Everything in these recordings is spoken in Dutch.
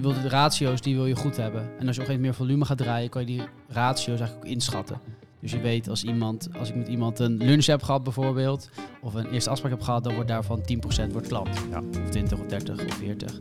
Je wilt de ratio's, die wil je goed hebben. En als je op een gegeven moment meer volume gaat draaien, kan je die ratio's eigenlijk ook inschatten. Dus je weet als ik met iemand een lunch heb gehad bijvoorbeeld, of een eerste afspraak heb gehad, dan wordt daarvan 10% wordt klant. Ja. Of 20 of 30 of 40.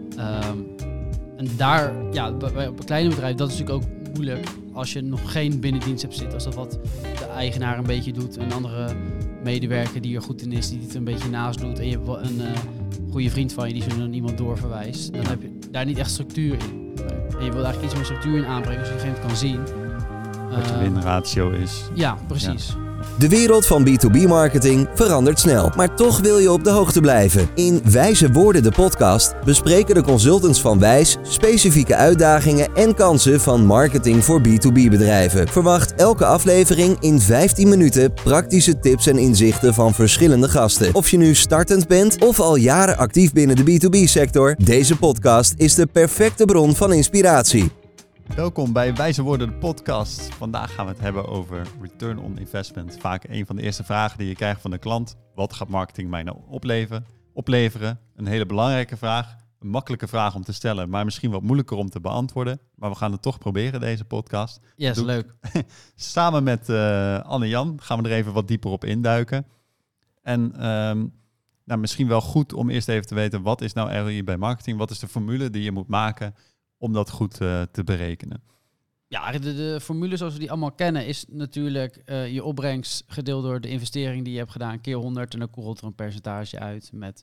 En daar, bij op een kleine bedrijf, dat is natuurlijk ook moeilijk als je nog geen binnendienst hebt zitten. Als dat wat de eigenaar een beetje doet, een andere medewerker die er goed in is, die het een beetje naast doet. En je hebt wel een goede vriend van je die zo dan iemand doorverwijst. Dan heb je daar niet echt structuur in. En je wil eigenlijk iets meer structuur in aanbrengen, zodat je op een gegeven moment kan zien. Wat je winratio is. Ja, precies. Ja. De wereld van B2B-marketing verandert snel, maar toch wil je op de hoogte blijven. In Wijze Woorden, de podcast, bespreken de consultants van Wijs specifieke uitdagingen en kansen van marketing voor B2B-bedrijven. Verwacht elke aflevering in 15 minuten praktische tips en inzichten van verschillende gasten. Of je nu startend bent of al jaren actief binnen de B2B-sector, deze podcast is de perfecte bron van inspiratie. Welkom bij Wijze Woorden, de podcast. Vandaag gaan we het hebben over return on investment. Vaak een van de eerste vragen die je krijgt van de klant. Wat gaat marketing mij nou opleveren? Een hele belangrijke vraag. Een makkelijke vraag om te stellen, maar misschien wat moeilijker om te beantwoorden. Maar we gaan het toch proberen, deze podcast. Yes, leuk. Samen met Anne-Jan gaan we er even wat dieper op induiken. En misschien wel goed om eerst even te weten, wat is nou ROI bij marketing? Wat is de formule die je moet maken om dat goed te berekenen? Ja, de formule zoals we die allemaal kennen is natuurlijk je opbrengst gedeeld door de investering die je hebt gedaan keer 100 en dan korrelt er een percentage uit met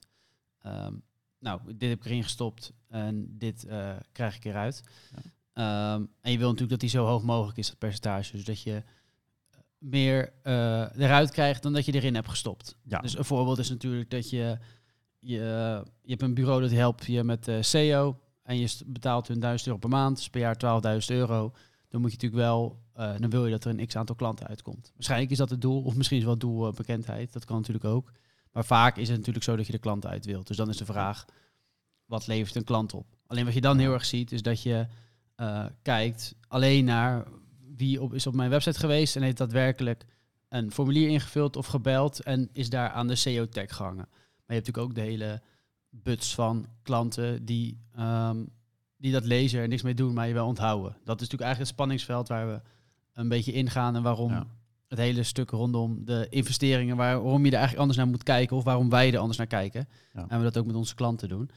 dit heb ik erin gestopt en dit krijg ik eruit. Ja. En je wil natuurlijk dat die zo hoog mogelijk is, dat percentage, zodat je meer eruit krijgt dan dat je erin hebt gestopt. Ja. Dus een voorbeeld is natuurlijk dat je hebt een bureau dat helpt je met SEO. En je betaalt hun €1.000 per maand, dus per jaar €12.000. Dan moet je natuurlijk wel, dan wil je dat er een x-aantal klanten uitkomt. Waarschijnlijk is dat het doel, of misschien is wel het doel bekendheid. Dat kan natuurlijk ook. Maar vaak is het natuurlijk zo dat je de klant uit wilt. Dus dan is de vraag, wat levert een klant op? Alleen wat je dan heel erg ziet, is dat je kijkt alleen naar wie is op mijn website geweest en heeft daadwerkelijk een formulier ingevuld of gebeld en is daar aan de SEO-tag gehangen. Maar je hebt natuurlijk ook de hele buts van klanten die dat lezen en niks mee doen, maar je wel onthouden. Dat is natuurlijk eigenlijk het spanningsveld waar we een beetje ingaan en waarom het hele stuk rondom de investeringen, waarom je er eigenlijk anders naar moet kijken of waarom wij er anders naar kijken. Ja. En we dat ook met onze klanten doen.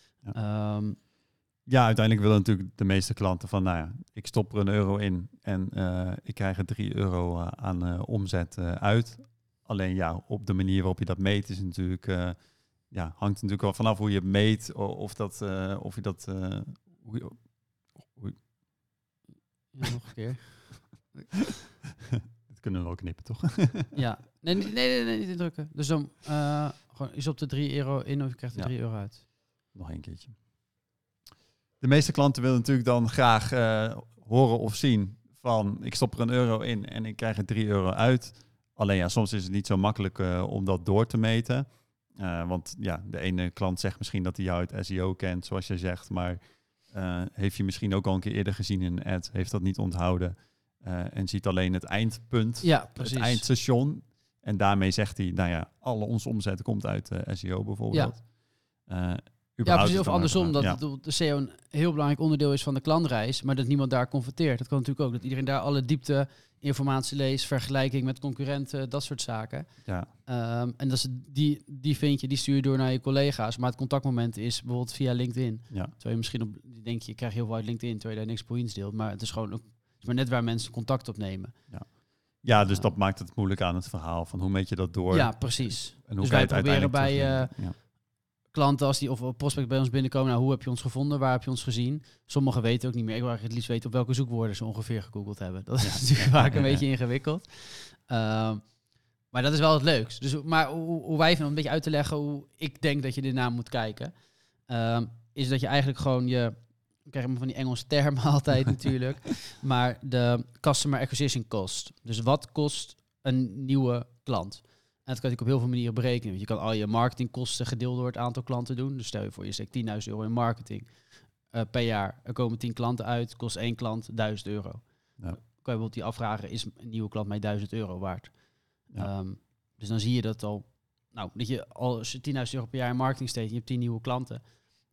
Ja. Uiteindelijk willen natuurlijk de meeste klanten van, ik stop er €1 in en ik krijg er €3 aan omzet uit. Alleen op de manier waarop je dat meet is natuurlijk hangt natuurlijk wel vanaf hoe je het meet of je dat. Ja, nog een keer. Dat kunnen we wel knippen, toch? Ja, nee, niet indrukken. Dus dan gewoon is op de €3 in of je krijgt er €3 uit. Nog een keertje. De meeste klanten willen natuurlijk dan graag horen of zien van ik stop er €1 in en ik krijg er €3 uit. Alleen soms is het niet zo makkelijk om dat door te meten. Want de ene klant zegt misschien dat hij jou uit SEO kent, zoals je zegt, maar heeft je misschien ook al een keer eerder gezien in een ad, heeft dat niet onthouden en ziet alleen het eindpunt, het eindstation. En daarmee zegt hij, alle onze omzet komt uit SEO bijvoorbeeld. Precies, of andersom, dat de SEO een heel belangrijk onderdeel is van de klantreis, maar dat niemand daar converteert. Dat kan natuurlijk ook, dat iedereen daar alle diepte informatie leest, vergelijking met concurrenten, dat soort zaken. Ja. En dat is die vind je, die stuur je door naar je collega's, maar het contactmoment is bijvoorbeeld via LinkedIn. Ja. Terwijl je misschien je krijgt heel veel uit LinkedIn, terwijl je daar niks boeiends deelt, maar het is gewoon maar net waar mensen contact opnemen. Ja, dus dat maakt het moeilijk aan het verhaal van hoe meet je dat door. Ja, precies. En hoe dus wij proberen bij klanten als die of prospect bij ons binnenkomen, hoe heb je ons gevonden, waar heb je ons gezien? Sommigen weten ook niet meer. Ik wil eigenlijk het liefst weten op welke zoekwoorden ze ongeveer gegoogeld hebben. Dat is natuurlijk vaak een beetje ingewikkeld. Maar dat is wel het leukst. Dus, maar hoe wij vinden, om een beetje uit te leggen hoe ik denk dat je ernaar moet kijken, is dat je eigenlijk gewoon ik krijg van die Engelse termen altijd natuurlijk, maar de customer acquisition cost. Dus wat kost een nieuwe klant? En dat kan je op heel veel manieren berekenen. Want je kan al je marketingkosten gedeeld door het aantal klanten doen. Dus stel je voor, je steekt €10.000 in marketing per jaar. Er komen 10 klanten uit, kost 1 klant €1.000. Ja. Kan je bijvoorbeeld die afvragen, is een nieuwe klant mij €1.000 waard? Ja. Dus dan zie je dat al, dat je als je €10.000 per jaar in marketing steekt en je hebt 10 nieuwe klanten,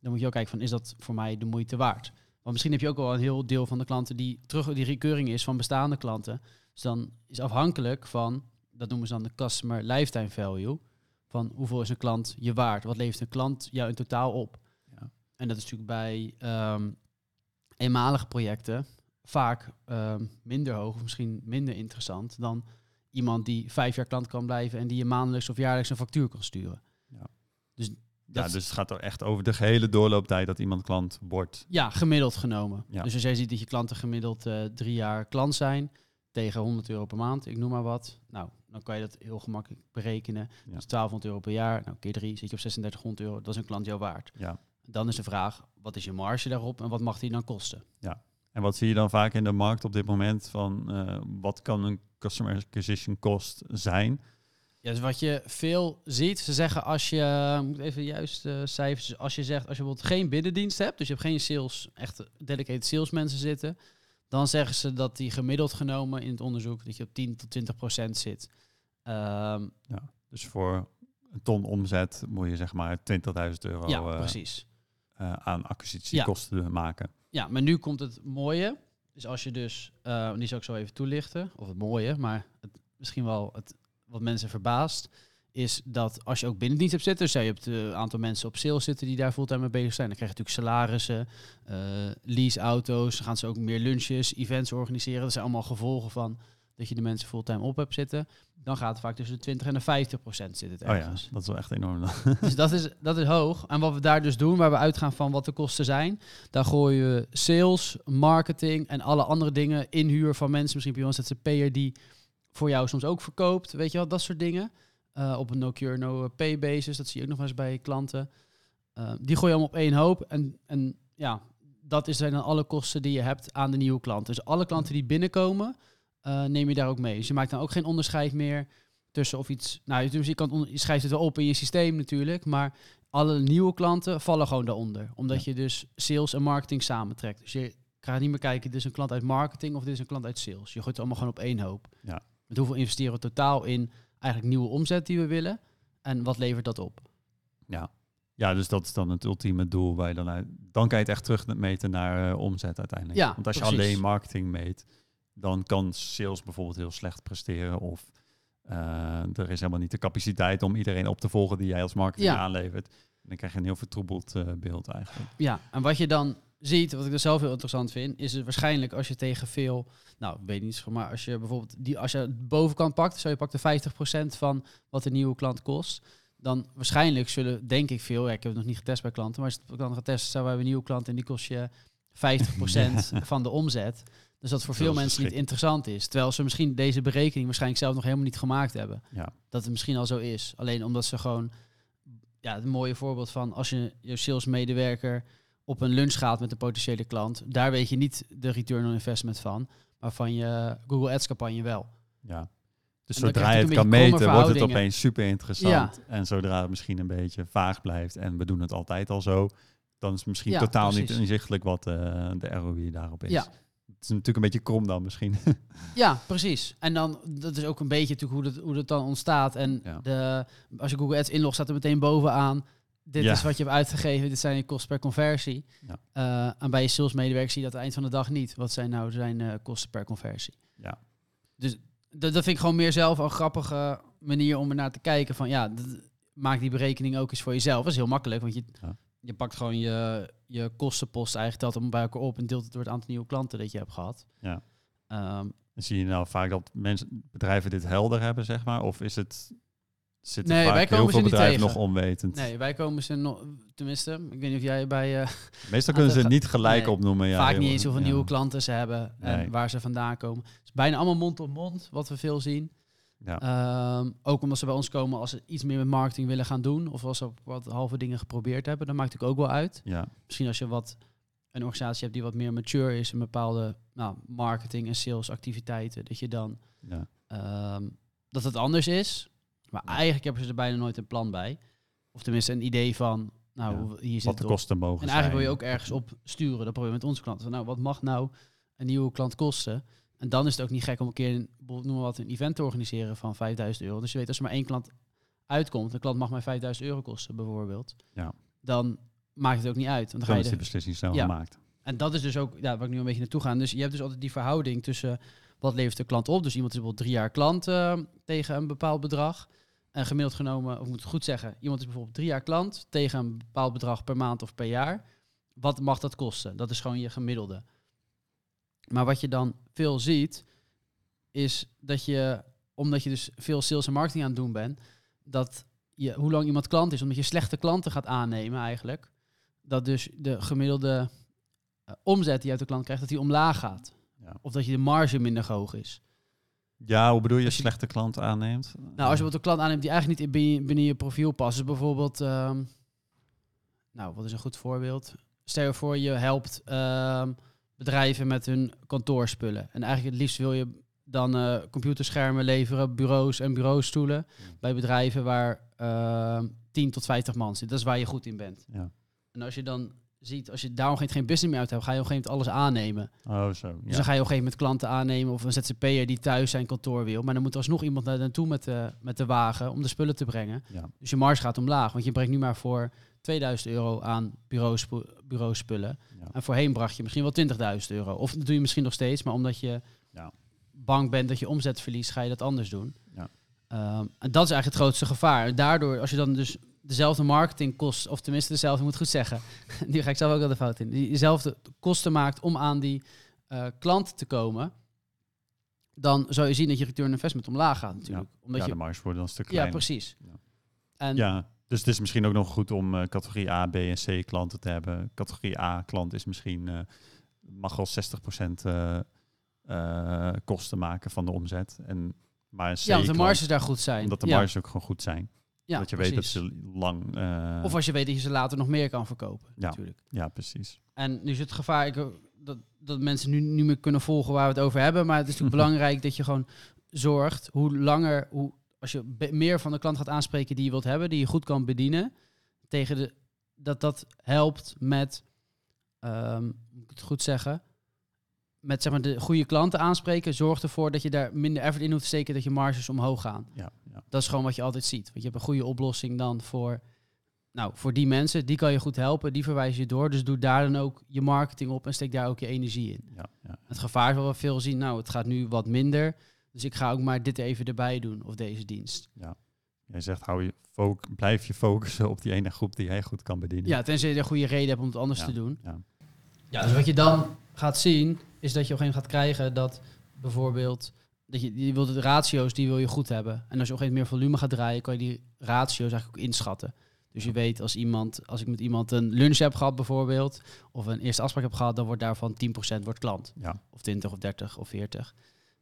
dan moet je ook kijken van, is dat voor mij de moeite waard? Want misschien heb je ook wel een heel deel van de klanten die recurring is van bestaande klanten. Dus dan is afhankelijk van, dat noemen ze dan de customer lifetime value, van hoeveel is een klant je waard? Wat levert een klant jou in totaal op? Ja. En dat is natuurlijk bij eenmalige projecten vaak minder hoog of misschien minder interessant dan iemand die 5 jaar klant kan blijven en die je maandelijks of jaarlijks een factuur kan sturen. Ja. Dus Dus het gaat er echt over de gehele doorlooptijd dat iemand klant wordt. Ja, gemiddeld genomen. Ja. Dus als jij ziet dat je klanten gemiddeld 3 jaar klant zijn tegen €100 per maand, ik noem maar wat. Nou, dan kan je dat heel gemakkelijk berekenen. Ja. Dus €1200 per jaar, nou keer 3 zit je op €3600. Dat is een klant jou waard. Ja. Dan is de vraag, wat is je marge daarop en wat mag die dan kosten? En wat zie je dan vaak in de markt op dit moment van wat kan een customer acquisition cost zijn? Ja, dus wat je veel ziet, ze zeggen als je, moet even juist cijfers, als je zegt, als je bijvoorbeeld geen binnendienst hebt, dus je hebt geen sales, echt dedicated salesmensen zitten, dan zeggen ze dat die gemiddeld genomen in het onderzoek, dat je op 10 tot 20% zit. Dus voor een ton omzet moet je zeg maar €20.000 Ja, precies. Aan acquisitiekosten maken. Ja, maar nu komt het mooie. Dus als je dus, die zal ik zo even toelichten, of het mooie, maar misschien wel het wat mensen verbaast, is dat als je ook binnendienst hebt zitten, dus je hebt een aantal mensen op sales zitten die daar fulltime mee bezig zijn, dan krijg je natuurlijk salarissen, leaseauto's, dan gaan ze ook meer lunches, events organiseren. Dat zijn allemaal gevolgen van dat je de mensen fulltime op hebt zitten. Dan gaat het vaak tussen de 20 en de 50% zitten het ergens. Oh ja, dat is wel echt enorm. Dus dat is hoog. En wat we daar dus doen, waar we uitgaan van wat de kosten zijn, daar gooien we sales, marketing en alle andere dingen, inhuur van mensen, misschien bij ons ZZP'er die voor jou soms ook verkoopt, weet je wel, dat soort dingen. Op een no-cure, no-pay basis, dat zie je ook nog wel eens bij klanten. Die gooi je allemaal op één hoop. En ja, dat zijn dan alle kosten die je hebt aan de nieuwe klant. Dus alle klanten die binnenkomen, neem je daar ook mee. Dus je maakt dan ook geen onderscheid meer tussen of iets. Nou, dus je schrijft het wel op in je systeem natuurlijk, maar alle nieuwe klanten vallen gewoon daaronder. Omdat je dus sales en marketing samentrekt. Dus je gaat niet meer kijken, dit is een klant uit marketing of dit is een klant uit sales. Je gooit het allemaal gewoon op één hoop. Ja. Met hoeveel investeren we totaal in eigenlijk nieuwe omzet die we willen en wat levert dat op? Ja, dus dat is dan het ultieme doel waar je dan uit. Dan kan je het echt terugmeten naar omzet uiteindelijk. Ja, want als je precies. alleen marketing meet, dan kan sales bijvoorbeeld heel slecht presteren of er is helemaal niet de capaciteit om iedereen op te volgen die jij als marketing aanlevert. En dan krijg je een heel vertroebeld beeld eigenlijk. Ja, en wat je dan ziet, wat ik er zelf heel interessant vind, is het waarschijnlijk als je tegen veel, nou, weet niet, maar als je bijvoorbeeld als je de bovenkant pakt, zo je pakt de 50% van wat de nieuwe klant kost, dan waarschijnlijk zullen, denk ik veel, ik heb het nog niet getest bij klanten, maar als je het dan getest, zou we hebben een nieuwe klant en die kost je 50% van de omzet. Dus dat voor veel mensen niet interessant is. Terwijl ze misschien deze berekening waarschijnlijk zelf nog helemaal niet gemaakt hebben. Ja. Dat het misschien al zo is. Alleen omdat ze gewoon, ja, het mooie voorbeeld van als je salesmedewerker op een lunch gaat met een potentiële klant, daar weet je niet de return on investment van, maar van je Google Ads campagne wel. Ja. Dus En dan zodra je krijg het je kan natuurlijk een meten, wordt het verhoudingen. opeens super interessant. Ja. En zodra het misschien een beetje vaag blijft en we doen het altijd al zo, dan is het misschien Ja, totaal precies. niet inzichtelijk wat de ROI daarop is. Ja. Het is natuurlijk een beetje krom dan misschien. Ja, precies. En dan, dat is ook een beetje natuurlijk hoe dat dan ontstaat. En Ja. als je Google Ads inlogt, staat er meteen bovenaan, dit is wat je hebt uitgegeven, dit zijn je kosten per conversie. Ja. En bij je salesmedewerker zie je dat aan het eind van de dag niet. Wat zijn nou zijn kosten per conversie? Ja. Dus dat vind ik gewoon meer zelf een grappige manier om er naar te kijken. Van ja, maak die berekening ook eens voor jezelf. Dat is heel makkelijk, want je pakt gewoon je kostenpost eigenlijk, telt hem bij elkaar op en deelt het door het aantal nieuwe klanten dat je hebt gehad. Ja. Dan zie je nou vaak dat bedrijven dit helder hebben, zeg maar? Of is het... Zitten Nee, wij vaak komen heel ze veel niet bedrijven tegen. nog onwetend? Nee, wij komen ze nog, tenminste, ik weet niet of jij bij... Meestal kunnen ze het niet gelijk nee, opnoemen. Ja, vaak niet eens hoeveel ja. nieuwe klanten ze hebben en Nee. waar ze vandaan komen. Het is bijna allemaal mond op mond, wat we veel zien. Ja. Ook omdat ze bij ons komen als ze iets meer met marketing willen gaan doen, of als ze wat halve dingen geprobeerd hebben, dat maakt natuurlijk ook wel uit. Ja. Misschien als je een organisatie hebt die wat meer mature is in bepaalde marketing en sales activiteiten, dat je dan dat het anders is. Maar eigenlijk hebben ze er bijna nooit een plan bij. Of tenminste een idee van, hier zit wat de kosten mogen en zijn. eigenlijk wil je ook ergens op sturen. Dat proberen we met onze klanten. Van, wat mag nou een nieuwe klant kosten? En dan is het ook niet gek om een keer een event te organiseren van €5.000. Dus je weet, als er maar één klant uitkomt, een klant mag mij €5.000 kosten bijvoorbeeld. Ja. Dan maakt het ook niet uit. Want dan Dan ga is je die beslissing snel Ja. gemaakt. En dat is dus ook waar ik nu een beetje naartoe ga. Dus je hebt dus altijd die verhouding tussen wat levert de klant op. Dus iemand is bijvoorbeeld 3 jaar klant tegen een bepaald bedrag. En gemiddeld genomen, of moet ik goed zeggen, iemand is bijvoorbeeld 3 jaar klant tegen een bepaald bedrag per maand of per jaar. Wat mag dat kosten? Dat is gewoon je gemiddelde. Maar wat je dan veel ziet, is dat je, omdat je dus veel sales en marketing aan het doen bent, dat je, hoe lang iemand klant is, omdat je slechte klanten gaat aannemen eigenlijk, dat dus de gemiddelde omzet die je uit de klant krijgt, dat die omlaag gaat. Ja. Of dat je de marge minder hoog is. Ja, hoe bedoel je Als je- slechte klant aanneemt? Nou, als je bijvoorbeeld een klant aanneemt die eigenlijk niet binnen je profiel past. Dus bijvoorbeeld, wat is een goed voorbeeld? Stel je voor, je helpt bedrijven met hun kantoorspullen. En eigenlijk het liefst wil je dan computerschermen leveren, bureaus en bureaustoelen bij bedrijven waar 10 tot 50 man zit. Dat is waar je goed in bent. Ja. En als je dan ziet, als je daar geen business meer uit hebt, ga je op een gegeven moment alles aannemen. Oh, zo. Dus Ja. dan ga je op een gegeven moment klanten aannemen of een ZZP'er die thuis zijn kantoor wil. Maar dan moet er alsnog iemand daar naartoe met de wagen om de spullen te brengen. Ja. Dus je marge gaat omlaag, want je brengt nu maar voor €2000 aan bureauspullen. Ja. En voorheen bracht je misschien wel €20.000. Of dat doe je misschien nog steeds, maar omdat je Ja. bang bent dat je omzet verliest, ga je dat anders doen. Ja. En dat is eigenlijk het grootste gevaar. En daardoor, als je dan dus dezelfde marketingkosten, of tenminste dezelfde, ik moet goed zeggen, nu ga ik zelf ook al de fout in, diezelfde kosten maakt om aan die klant te komen, dan zou je zien dat je return on investment omlaag gaat natuurlijk. Ja. Omdat Ja, je, de marge wordt dan een stuk ja, kleiner. precies. Ja. En Ja, dus het is misschien ook nog goed om categorie A, B en C klanten te hebben. Categorie A klant is misschien, mag wel 60% kosten maken van de omzet. Maar een C ja, want de klant, marges daar goed zijn. omdat de Ja. marges ook gewoon goed zijn. Ja, dat je precies. weet dat ze lang... Of als je weet dat je ze later nog meer kan verkopen, Ja. natuurlijk. Ja, precies. En nu is het gevaar dat mensen nu niet meer kunnen volgen waar we het over hebben. Maar het is natuurlijk belangrijk dat je gewoon zorgt als je meer van de klant gaat aanspreken die je wilt hebben, die je goed kan bedienen, dat helpt met, moet ik het goed zeggen, met zeg maar de goede klanten aanspreken, zorgt ervoor dat je daar minder effort in hoeft te steken, dat je marges omhoog gaan. Ja, ja. Dat is gewoon wat je altijd ziet. Want je hebt een goede oplossing dan voor die mensen, die kan je goed helpen, die verwijs je door. Dus doe daar dan ook je marketing op en steek daar ook je energie in. Ja, ja. Het gevaar is wel wat veel zien, het gaat nu wat minder, dus ik ga ook maar dit even erbij doen, of deze dienst. Ja. Jij zegt, blijf je focussen op die ene groep die jij goed kan bedienen. Ja, tenzij je een goede reden hebt om het anders Ja, te doen. ja. Ja, dus wat je dan gaat zien, is dat je op een gegeven moment gaat krijgen dat bijvoorbeeld, dat je wilt de ratio's, die wil je goed hebben. En als je op een gegeven moment meer volume gaat draaien, kan je die ratio's eigenlijk ook inschatten. Dus je weet als ik met iemand een lunch heb gehad bijvoorbeeld, of een eerste afspraak heb gehad, dan wordt daarvan 10% wordt klant. Ja. Of 20 of 30 of 40.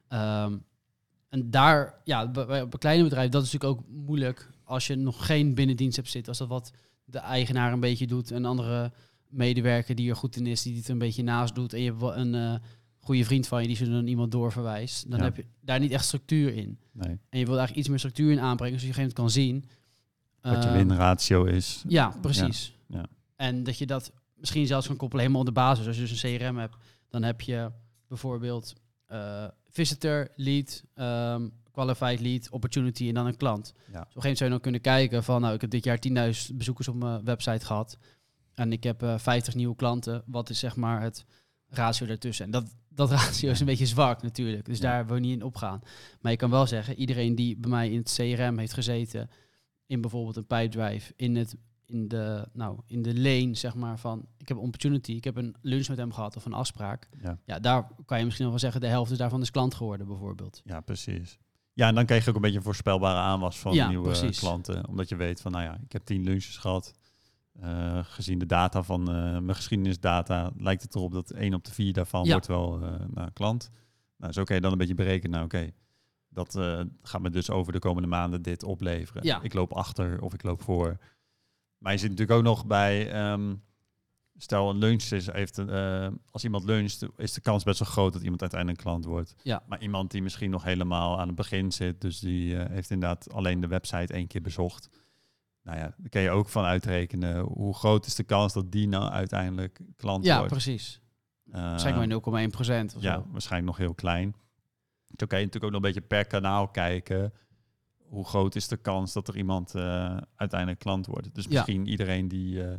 En daar, op een kleine bedrijf, dat is natuurlijk ook moeilijk als je nog geen binnendienst hebt zitten. Als dat wat de eigenaar een beetje doet, een andere medewerker die er goed in is, die het een beetje naast doet, en je hebt wel een goede vriend van je die ze dan iemand doorverwijst, dan heb je daar niet echt structuur in. Nee. En je wil eigenlijk iets meer structuur in aanbrengen, zodat je op een gegeven moment kan zien. Wat je winratio is. Ja, precies. Ja. En dat je dat misschien zelfs kan koppelen helemaal op de basis. Als je dus een CRM hebt, dan heb je bijvoorbeeld visitor, lead, qualified lead, opportunity en dan een klant. Ja. Dus op een gegeven moment zou je dan kunnen kijken van, ik heb dit jaar 10.000 bezoekers op mijn website gehad. En ik heb 50 nieuwe klanten. Wat is zeg maar het ratio daartussen? En dat ratio is een beetje zwak natuurlijk. Dus daar wil je niet in opgaan. Maar je kan wel zeggen, iedereen die bij mij in het CRM heeft gezeten, in bijvoorbeeld een Pipedrive, in de lane, zeg maar, van ik heb een opportunity, ik heb een lunch met hem gehad of een afspraak. Ja, daar kan je misschien nog wel zeggen, de helft daarvan is klant geworden bijvoorbeeld. Ja, precies. Ja, en dan krijg je ook een beetje een voorspelbare aanwas van nieuwe klanten. Omdat je weet van, ik heb 10 lunches gehad. Gezien de data van mijn geschiedenisdata lijkt het erop dat 1 op de 4 daarvan wordt wel klant. Nou, zo kan je dan een beetje berekenen. Dat gaat me dus over de komende maanden dit opleveren. Ja. Ik loop achter of ik loop voor. Maar je zit natuurlijk ook nog bij, stel een lunch als iemand luncht, is de kans best wel groot dat iemand uiteindelijk klant wordt. Ja. Maar iemand die misschien nog helemaal aan het begin zit, dus die heeft inderdaad alleen de website 1 keer bezocht. Nou ja, daar kan je ook van uitrekenen hoe groot is de kans dat die nou uiteindelijk klant wordt. Ja, precies. Waarschijnlijk maar 0,1% of ja, zo. waarschijnlijk nog heel klein. Toen kan je natuurlijk ook nog een beetje per kanaal kijken. Hoe groot is de kans dat er iemand uiteindelijk klant wordt? Dus misschien iedereen die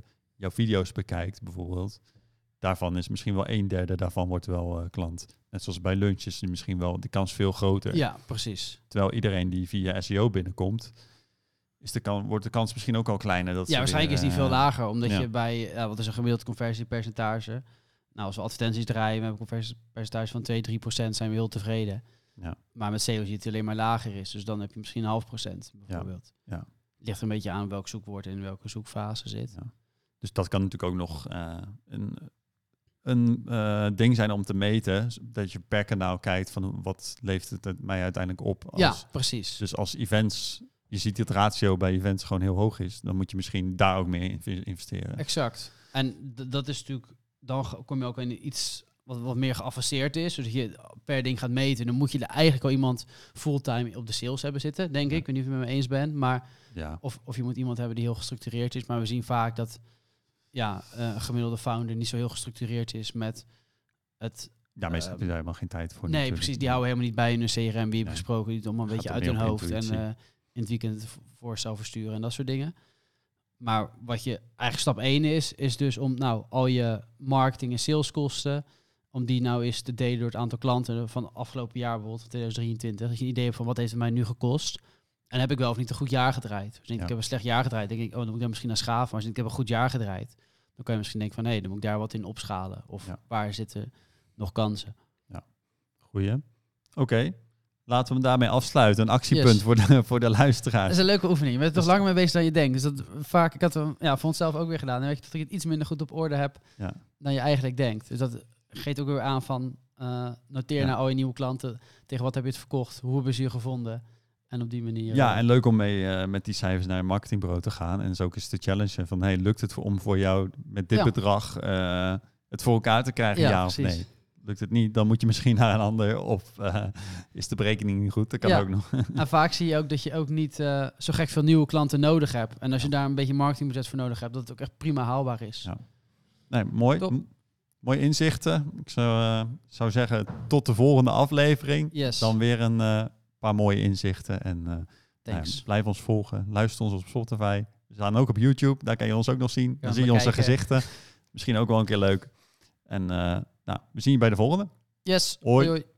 jouw video's bekijkt bijvoorbeeld, daarvan is misschien wel 1/3 daarvan wordt wel klant. Net zoals bij lunch is misschien wel de kans veel groter. Ja, precies. Terwijl iedereen die via SEO binnenkomt, wordt de kans misschien ook al kleiner. Dat Waarschijnlijk is die veel lager, omdat ja. je bij, wat is een gemiddeld conversiepercentage? Nou, als we advertenties draaien, we hebben een conversiepercentage van 2-3%, zijn we heel tevreden. Ja. Maar met SEO zie je het alleen maar lager is, dus dan heb je misschien 0,5% bijvoorbeeld. Ja. Ligt er een beetje aan welk zoekwoord in welke zoekfase zit. Ja. Dus dat kan natuurlijk ook nog een ding zijn om te meten. Dat je per kanaal kijkt van wat levert het mij uiteindelijk op. Ja, precies. Dus als events, je ziet dat ratio bij events gewoon heel hoog is, dan moet je misschien daar ook meer in investeren. Exact. En dat is natuurlijk, dan kom je ook in iets wat meer geavanceerd is. Dus je per ding gaat meten. Dan moet je er eigenlijk al iemand fulltime op de sales hebben zitten, denk ik. Ik weet niet of je het met me eens bent, maar of je moet iemand hebben die heel gestructureerd is. Maar we zien vaak dat een gemiddelde founder niet zo heel gestructureerd is met het... Ja, meestal heb je daar helemaal geen tijd voor. Nee, natuurlijk. Precies. Die houden helemaal niet bij hun CRM. Wie heeft gesproken, die het allemaal een beetje uit hun hoofd. Intuïtie. En in het weekend voorstel versturen en dat soort dingen. Maar wat je eigenlijk stap 1 is dus om al je marketing en saleskosten, om die nou eens te delen door het aantal klanten van afgelopen jaar, bijvoorbeeld 2023. Dat je een idee hebt van wat heeft het mij nu gekost. En heb ik wel of niet een goed jaar gedraaid. Dus ik heb een slecht jaar gedraaid. Denk ik, dan moet ik daar misschien naar schaven. Maar als ik heb een goed jaar gedraaid, dan kan je misschien denken van dan moet ik daar wat in opschalen. Of waar zitten nog kansen. Ja, goeie. Oké. Laten we hem daarmee afsluiten. Een actiepunt voor de luisteraars. Dat is een leuke oefening. Je bent er toch langer mee bezig dan je denkt. Dus dat vaak, ik had het voor onszelf ook weer gedaan. Dan weet je dat ik het iets minder goed op orde heb dan je eigenlijk denkt. Dus dat geeft ook weer aan van noteer nou al je nieuwe klanten. Tegen wat heb je het verkocht? Hoe hebben ze je gevonden? En op die manier... Ja, en leuk om mee met die cijfers naar een marketingbureau te gaan. En zo ook eens te challengen van, lukt het om voor jou met dit bedrag het voor elkaar te krijgen, of nee? Lukt het niet, dan moet je misschien naar een ander. Of is de berekening niet goed? Dat kan ook nog. En vaak zie je ook dat je ook niet zo gek veel nieuwe klanten nodig hebt. En als je daar een beetje marketingbudget voor nodig hebt, dat het ook echt prima haalbaar is. Ja. Nee, mooi. Mooie inzichten. Ik zou zeggen, tot de volgende aflevering. Yes. Dan weer een paar mooie inzichten. En blijf ons volgen. Luister ons op Spotify. We staan ook op YouTube. Daar kan je ons ook nog zien. Dan zie je onze gezichten. Misschien ook wel een keer leuk. En we zien je bij de volgende. Yes. Hoi. Hoi.